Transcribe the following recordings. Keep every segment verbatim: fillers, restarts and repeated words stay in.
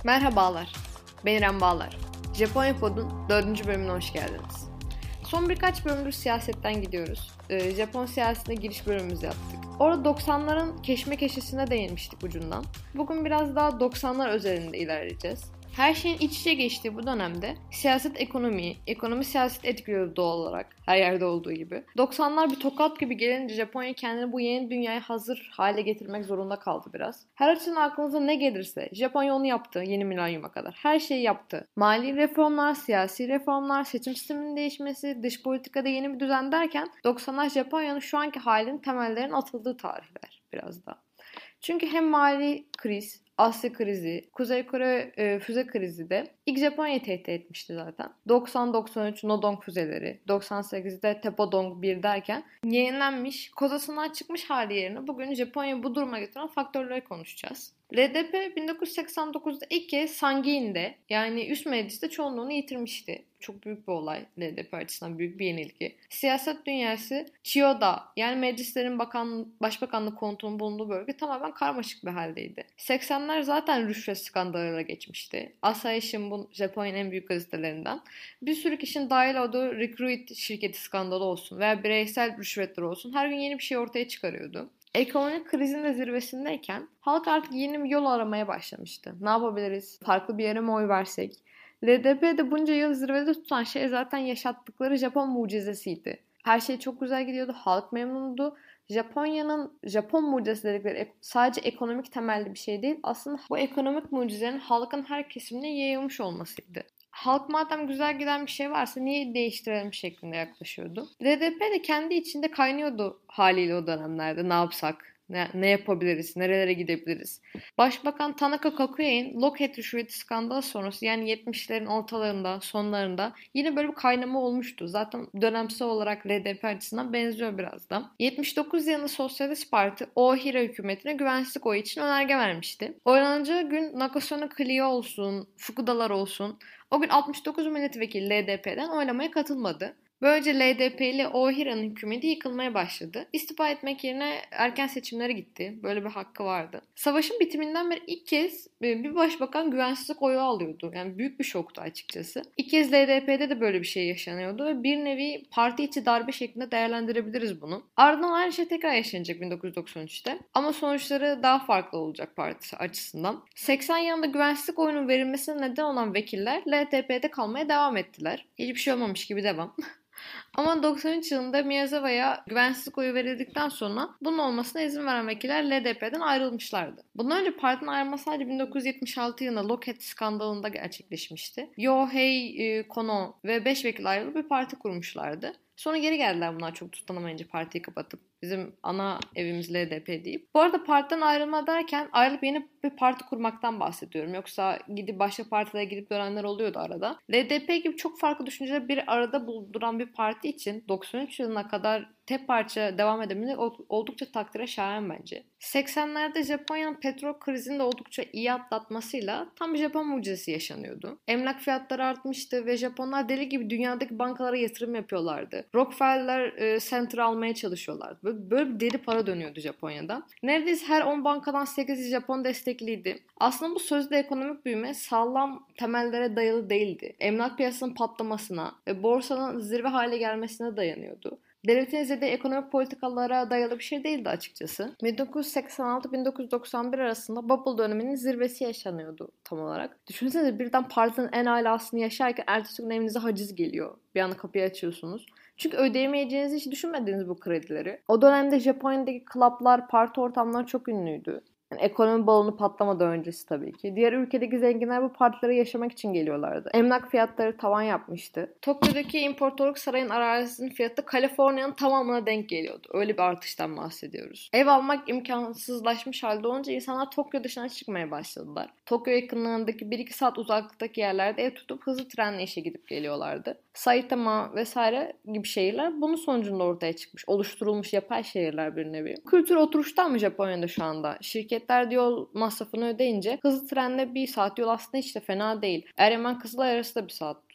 Merhabalar, ben İrem Bağlar. Japonya Pod'un dördüncü bölümüne hoş geldiniz. Son birkaç bölümdür siyasetten gidiyoruz. Ee, Japon siyasetine giriş bölümümüzü yaptık. Orada doksanların keşmekeşesine değinmiştik ucundan. Bugün biraz daha doksanlar özelinde ilerleyeceğiz. Her şeyin iç içe geçtiği bu dönemde siyaset ekonomiyi, ekonomi siyaset etkiliyordu doğal olarak her yerde olduğu gibi. doksanlar bir tokat gibi gelince Japonya kendini bu yeni dünyaya hazır hale getirmek zorunda kaldı biraz. Her açıdan aklınıza ne gelirse Japonya onu yaptı yeni milenyuma kadar. Her şeyi yaptı. Mali reformlar, siyasi reformlar, seçim sisteminin değişmesi, dış politikada yeni bir düzen derken doksanlar Japonya'nın şu anki halinin temellerinin atıldığı tarihler biraz da. Çünkü hem mali kriz, Asya krizi, Kuzey Kore e, füze krizi de ilk Japonya'yı tehdit etmişti zaten. doksan doksan üç Nodong füzeleri, doksan sekizde Tepodong bir derken yenilenmiş, kozasından çıkmış hali yerine bugün Japonya'yı bu duruma getiren faktörleri konuşacağız. L D P bin dokuz yüz seksen dokuzda ilk kez Sangiin'de yani üst mecliste çoğunluğunu yitirmişti. Çok büyük bir olay. L D P açısından büyük bir yenilgi. Siyaset dünyası Chiyoda yani meclislerin bakan, başbakanlık koltuğunun bulunduğu bölge tamamen karmaşık bir haldeydi. seksenler zaten rüşvet skandalıyla geçmişti. Asahi Shimbun Japonya'nın en büyük gazetelerinden. Bir sürü kişinin dahil olduğu Recruit şirketi skandalı olsun veya bireysel rüşvetler olsun her gün yeni bir şey ortaya çıkarıyordu. Ekonomik krizin de zirvesindeyken halk artık yeni bir yol aramaya başlamıştı. Ne yapabiliriz? Farklı bir yere mi oy versek? L D P'de bunca yıl zirvede tutan şey zaten yaşattıkları Japon mucizesiydi. Her şey çok güzel gidiyordu. Halk memnundu. Japonya'nın Japon mucizesi dedikleri sadece ekonomik temelli bir şey değil. Aslında bu ekonomik mucizenin halkın her kesimine yayılmış olmasıydı. Halk madem güzel giden bir şey varsa niye değiştirelim şeklinde yaklaşıyordu. L D P de kendi içinde kaynıyordu haliyle o dönemlerde. Ne yapsak? Ne, ne yapabiliriz? Nerelere gidebiliriz? Başbakan Tanaka Kakuei'nin Lockheed rüşveti skandalı sonrası yani yetmişlerin ortalarında, sonlarında yine böyle bir kaynama olmuştu. Zaten dönemsel olarak L D P açısından benziyor biraz da. yetmiş dokuz yılında Sosyalist Parti Ohira hükümetine güvensizlik oyu için önerge vermişti. Oylanacağı gün Nakasone Clio olsun, Fukudalar olsun o gün altmış dokuz milletvekili L D P'den oylamaya katılmadı. Böylece L D P ile Ohira'nın hükümeti yıkılmaya başladı. İstifa etmek yerine erken seçimlere gitti. Böyle bir hakkı vardı. Savaşın bitiminden beri ilk kez bir başbakan güvensizlik oyu alıyordu. Yani büyük bir şoktu açıkçası. İlk kez L D P'de de böyle bir şey yaşanıyordu ve bir nevi parti içi darbe şeklinde değerlendirebiliriz bunu. Ardından aynı şey tekrar yaşanacak bin dokuz yüz doksan üçte. Ama sonuçları daha farklı olacak parti açısından. seksen yılında güvensizlik oyunun verilmesine neden olan vekiller L D P'de kalmaya devam ettiler. Hiçbir şey olmamış gibi devam. Ama doksan üç yılında Miyazawa'ya güvensizlik oyu verildikten sonra bunun olmasına izin veren vekiller L D P'den ayrılmışlardı. Bundan önce partinin ayrılması sadece bin dokuz yüz yetmiş altı yılında Lockheed skandalında gerçekleşmişti. Yohei Kono ve beş vekil ayrılıp bir parti kurmuşlardı. Sonra geri geldiler bunlar çok tutanamayınca partiyi kapatıp bizim ana evimiz L D P deyip. Bu arada partiden ayrılma derken ayrılıp yeni bir parti kurmaktan bahsediyorum. Yoksa gidip başka partilere gidip dönenler oluyordu arada. L D P gibi çok farklı düşünceleri bir arada bulduran bir parti için doksan üç yılına kadar tek parça devam edebilmek oldukça takdire şayan bence. seksenlerde Japonya'nın petrol krizini de oldukça iyi atlatmasıyla tam bir Japon mucizesi yaşanıyordu. Emlak fiyatları artmıştı ve Japonlar deli gibi dünyadaki bankalara yatırım yapıyorlardı. Rockefeller e, Center almaya çalışıyorlardı. Böyle, böyle bir deli para dönüyordu Japonya'da. Neredeyse her on bankadan sekizi Japon destekliydi. Aslında bu sözde ekonomik büyüme sağlam temellere dayalı değildi. Emlak piyasasının patlamasına ve borsanın zirve hale gelmesine dayanıyordu. Devletin izlediği ekonomik politikalara dayalı bir şey değildi açıkçası. bin dokuz yüz seksen altı bin dokuz yüz doksan bir arasında Bubble döneminin zirvesi yaşanıyordu tam olarak. Düşünsenize birden partinin en alasını yaşarken ertesi gün evinize haciz geliyor. Bir anda kapıyı açıyorsunuz. Çünkü ödeyemeyeceğinizi hiç düşünmediniz bu kredileri. O dönemde Japonya'daki klaplar, parti ortamları çok ünlüydü. Yani ekonomi balonu patlamadan öncesi tabii ki. Diğer ülkedeki zenginler bu partilere yaşamak için geliyorlardı. Emlak fiyatları tavan yapmıştı. Tokyo'daki İmparatorluk Sarayı'nın arazisinin fiyatı Kaliforniya'nın tamamına denk geliyordu. Öyle bir artıştan bahsediyoruz. Ev almak imkansızlaşmış halde olunca insanlar Tokyo dışına çıkmaya başladılar. Tokyo yakınlarındaki bir iki saat uzaklıktaki yerlerde ev tutup hızlı trenle işe gidip geliyorlardı. Saitama vesaire gibi şehirler bunun sonucunda ortaya çıkmış. Oluşturulmuş yapay şehirler bir nevi. Kültür oturuştan mı Japonya'da şu anda? Şirketler de yol masrafını ödeyince hızlı trenle bir saat yol aslında hiç de fena değil. Eryaman Kızılay arası da bir saat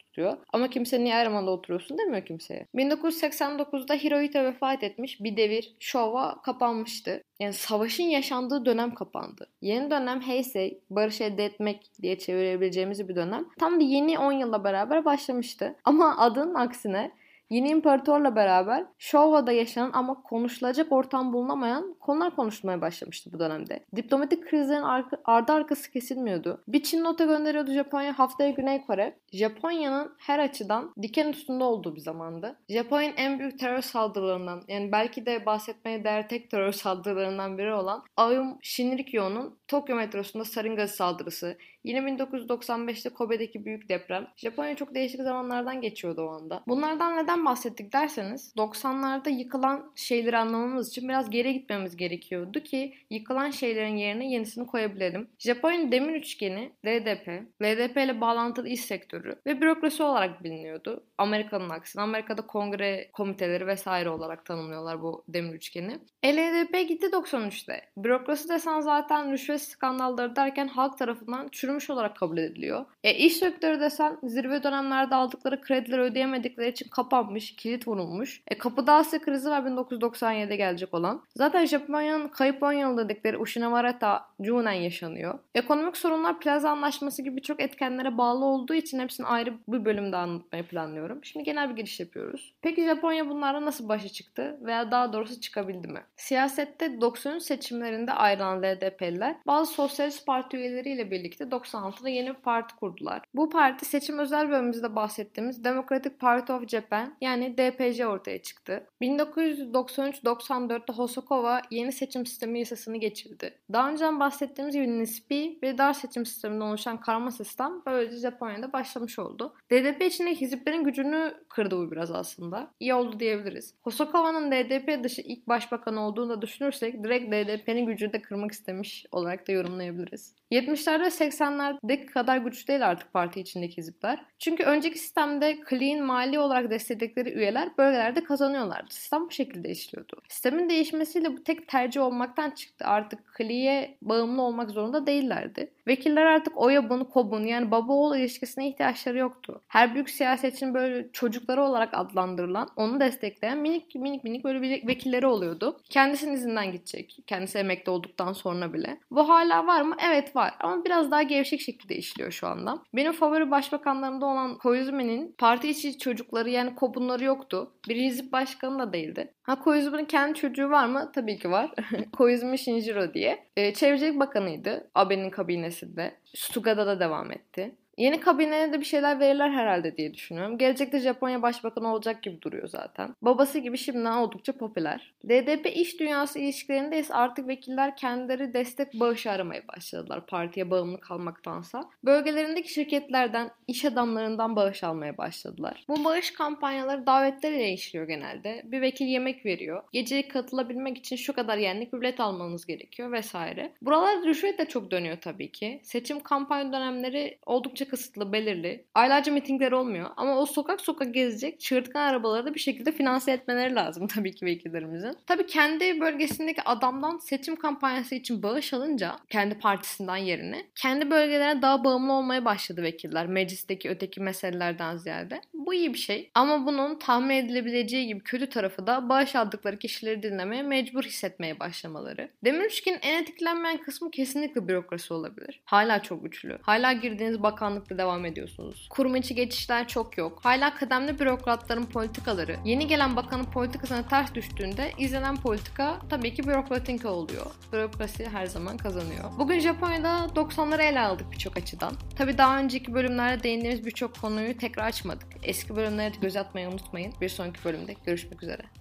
tutuyor. Ama kimse niye Erman'da oturuyorsun demiyor kimseye. bin dokuz yüz seksen dokuzda Hirohito vefat etmiş, bir devir Showa kapanmıştı. Yani savaşın yaşandığı dönem kapandı. Yeni dönem Heisei, barış elde etmek diye çevirebileceğimiz bir dönem. Tam da yeni on yılla beraber başlamıştı. Ama adının aksine yeni imparatorla beraber Showa'da yaşanan ama konuşulacak ortam bulunamayan konular konuşulmaya başlamıştı bu dönemde. Diplomatik krizlerin arka, ardı arkası kesilmiyordu. Bir Çin nota gönderiyordu Japonya, haftaya Güney Kore. Japonya'nın her açıdan diken üstünde olduğu bir zamandı. Japonya'nın en büyük terör saldırılarından, yani belki de bahsetmeye değer tek terör saldırılarından biri olan Aum Shinrikyo'nun Tokyo metrosunda sarin gazı saldırısı, yine bin dokuz yüz doksan beşte Kobe'deki büyük deprem. Japonya çok değişik zamanlardan geçiyordu o anda. Bunlardan neden bahsettik derseniz doksanlarda yıkılan şeyleri anlamamız için biraz geri gitmemiz gerekiyordu ki yıkılan şeylerin yerine yenisini koyabilelim. Japonya'nın demir üçgeni L D P, L D P ile bağlantılı iş sektörü ve bürokrasi olarak biliniyordu. Amerika'nın aksine Amerika'da kongre komiteleri vesaire olarak tanımlıyorlar bu demir üçgeni. E, L D P gitti doksan üçte. Bürokrasi desen zaten rüşvet skandalları derken halk tarafından çürümüş olarak kabul ediliyor. E, iş sektörü desen zirve dönemlerde aldıkları kredileri ödeyemedikleri için kapanmış, kilit vurulmuş. E, Kapıda Asya krizi var bin dokuz yüz doksan yedide gelecek olan. Zaten Japonya'nın kayıp on yıl dedikleri Ushinawareta Junen yaşanıyor. Ekonomik sorunlar Plaza Anlaşması gibi birçok etkenlere bağlı olduğu için hepsini ayrı bir bölümde anlatmayı planlıyorum. Şimdi genel bir giriş yapıyoruz. Peki Japonya bunlarla nasıl başa çıktı veya daha doğrusu çıkabildi mi? Siyasette doksan üç seçimlerinde ayrılan L D P'liler bazı sosyalist parti üyeleriyle birlikte doksan altıda yeni bir parti kurdular. Bu parti seçim özel bölümümüzde bahsettiğimiz Democratic Party of Japan yani D P J ortaya çıktı. bin dokuz yüz doksan üç doksan dörtte Hosokawa yeni seçim sistemi yasasını geçirdi. Daha önce bahsettiğimiz gibi nispi ve dar seçim sisteminden oluşan karma sistem böylece Japonya'da başlamış oldu. D D P içindeki hiziplerin gücünü kırdı bu biraz aslında. İyi oldu diyebiliriz. Hosokawa'nın D D P dışı ilk başbakan olduğunu da düşünürsek direkt D D P'nin gücünü de kırmak istemiş olarak da yorumlayabiliriz. yetmişlerde ve seksenlerdeki kadar güçlü değil artık parti içindeki hizipler. Çünkü önceki sistemde clean mali olarak destekledikleri üyeler bölgelerde kazanıyorlardı. Sistem bu şekilde işliyordu. Sistemin değişmesiyle bu tek tercih olmaktan çıktı. Artık Clee'ye bağımlı olmak zorunda değillerdi. Vekiller artık oya bunu kobun yani baba oğul ilişkisine ihtiyaçları yoktu. Her büyük siyasetçinin böyle çocukları olarak adlandırılan, onu destekleyen minik minik minik böyle bir vekilleri oluyordu. Kendisinin izinden gidecek. Kendisi emekli olduktan sonra bile. Bu hala var mı? Evet var. Ama biraz daha gevşek şekilde işliyor şu anda. Benim favori başbakanlarımda olan Koizumi'nin parti içi çocukları yani kobunları yoktu. Bir hizip başkanı da değildi. Ha Koizumi'nin kendi çocuğu var mı? Tabii ki var. Koizumi Shinjiro diye. Ee, Çevrecek Bakanıydı. Abe'nin kabinesinde. Suga'da da devam etti. Yeni kabineye de bir şeyler verirler herhalde diye düşünüyorum. Gelecekte Japonya başbakanı olacak gibi duruyor zaten. Babası gibi şimdiden oldukça popüler. D D P iş dünyası ilişkilerinde ise artık vekiller kendileri destek bağışı aramaya başladılar partiye bağımlı kalmaktansa. Bölgelerindeki şirketlerden, iş adamlarından bağış almaya başladılar. Bu bağış kampanyaları davetleriyle işliyor genelde. Bir vekil yemek veriyor. Geceye katılabilmek için şu kadar yenlik bir bilet almanız gerekiyor vesaire. Buralarda rüşvet de çok dönüyor tabii ki. Seçim kampanya dönemleri oldukça kısıtlı, belirli. Aylarca mitingler olmuyor ama o sokak sokak gezecek çığırtkan arabaları da bir şekilde finanse etmeleri lazım tabii ki vekillerimizin. Tabii kendi bölgesindeki adamdan seçim kampanyası için bağış alınca kendi partisinden yerine kendi bölgelerine daha bağımlı olmaya başladı vekiller. Meclisteki öteki meselelerden ziyade. Bu iyi bir şey. Ama bunun tahmin edilebileceği gibi kötü tarafı da bağış aldıkları kişileri dinlemeye mecbur hissetmeye başlamaları. Demir üçgenin en etiklenmeyen kısmı kesinlikle bürokrasi olabilir. Hala çok güçlü. Hala girdiğiniz bakanlıkta devam ediyorsunuz. Kurum içi geçişler çok yok. Hala kıdemli bürokratların politikaları yeni gelen bakanın politikasına ters düştüğünde izlenen politika tabii ki bürokratik oluyor. Bürokrasi her zaman kazanıyor. Bugün Japonya'da doksanları ele aldık birçok açıdan. Tabii daha önceki bölümlerde değindiğimiz birçok konuyu tekrar açmadık. Eski bölümlere de göz atmayı unutmayın. Bir sonraki bölümde görüşmek üzere.